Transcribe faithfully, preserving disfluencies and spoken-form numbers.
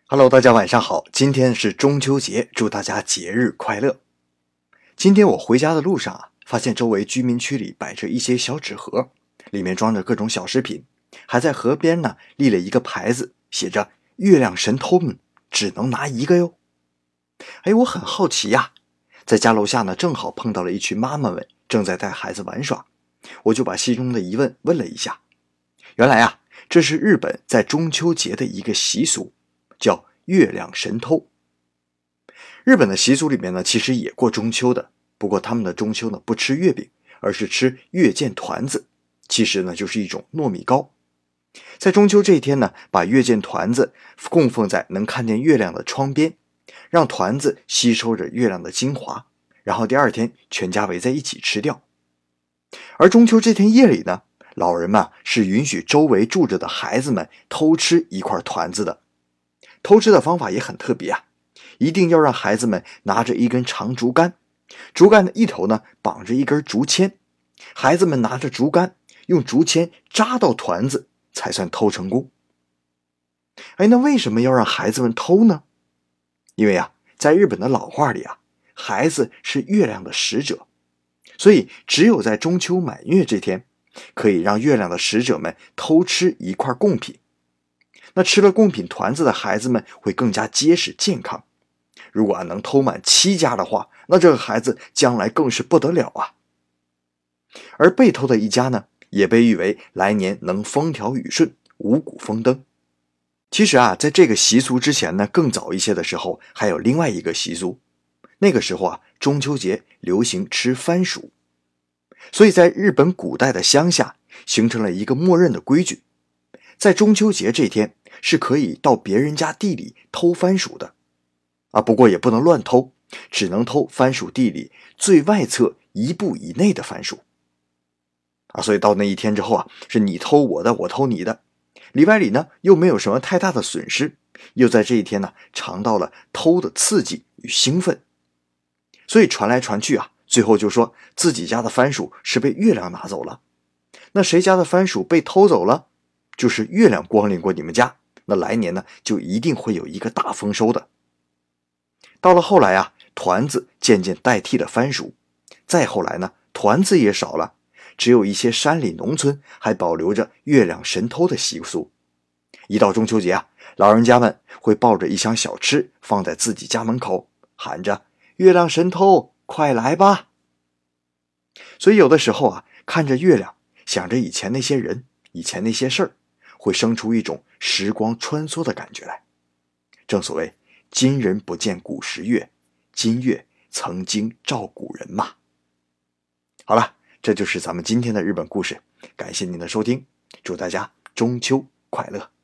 Hello， 大家晚上好，今天是中秋节，祝大家节日快乐。今天我回家的路上啊，发现周围居民区里摆着一些小纸盒，里面装着各种小食品，还在河边呢立了一个牌子，写着月亮神偷们只能拿一个哟。哎，我很好奇呀，在家楼下呢正好碰到了一群妈妈们正在带孩子玩耍，我就把心中的疑问问了一下。原来啊，这是日本在中秋节的一个习俗，叫月亮神偷。日本的习俗里面呢，其实也过中秋的，不过他们的中秋呢不吃月饼，而是吃月见团子，其实呢就是一种糯米糕。在中秋这一天呢，把月见团子供奉在能看见月亮的窗边，让团子吸收着月亮的精华，然后第二天全家围在一起吃掉。而中秋这天夜里呢，老人们是允许周围住着的孩子们偷吃一块团子的。偷吃的方法也很特别啊，一定要让孩子们拿着一根长竹竿，竹竿的一头呢绑着一根竹签，孩子们拿着竹竿，用竹签扎到团子，才算偷成功。哎，那为什么要让孩子们偷呢？因为啊，在日本的老话里啊，孩子是月亮的使者，所以只有在中秋满月这天，可以让月亮的使者们偷吃一块贡品。那吃了贡品团子的孩子们会更加结实健康。如果啊能偷满七家的话，那这个孩子将来更是不得了啊。而被偷的一家呢，也被誉为来年能风调雨顺，五谷丰登。其实啊，在这个习俗之前呢，更早一些的时候，还有另外一个习俗。那个时候啊，中秋节流行吃番薯，所以在日本古代的乡下形成了一个默认的规矩，在中秋节这天是可以到别人家地里偷番薯的啊，不过也不能乱偷，只能偷番薯地里最外侧一步以内的番薯啊。所以到那一天之后啊，是你偷我的，我偷你的，里外里呢又没有什么太大的损失，又在这一天呢尝到了偷的刺激与兴奋，所以传来传去啊，最后就说自己家的番薯是被月亮拿走了。那谁家的番薯被偷走了，就是月亮光临过你们家，那来年呢就一定会有一个大丰收的。到了后来啊，团子渐渐代替了番薯，再后来呢，团子也少了，只有一些山里农村还保留着月亮神偷的习俗。一到中秋节啊，老人家们会抱着一箱小吃放在自己家门口，喊着月亮神偷快来吧。所以有的时候啊，看着月亮，想着以前那些人，以前那些事儿，会生出一种时光穿梭的感觉来。正所谓今人不见古时月，今月曾经照古人嘛。好了，这就是咱们今天的日本故事，感谢您的收听，祝大家中秋快乐。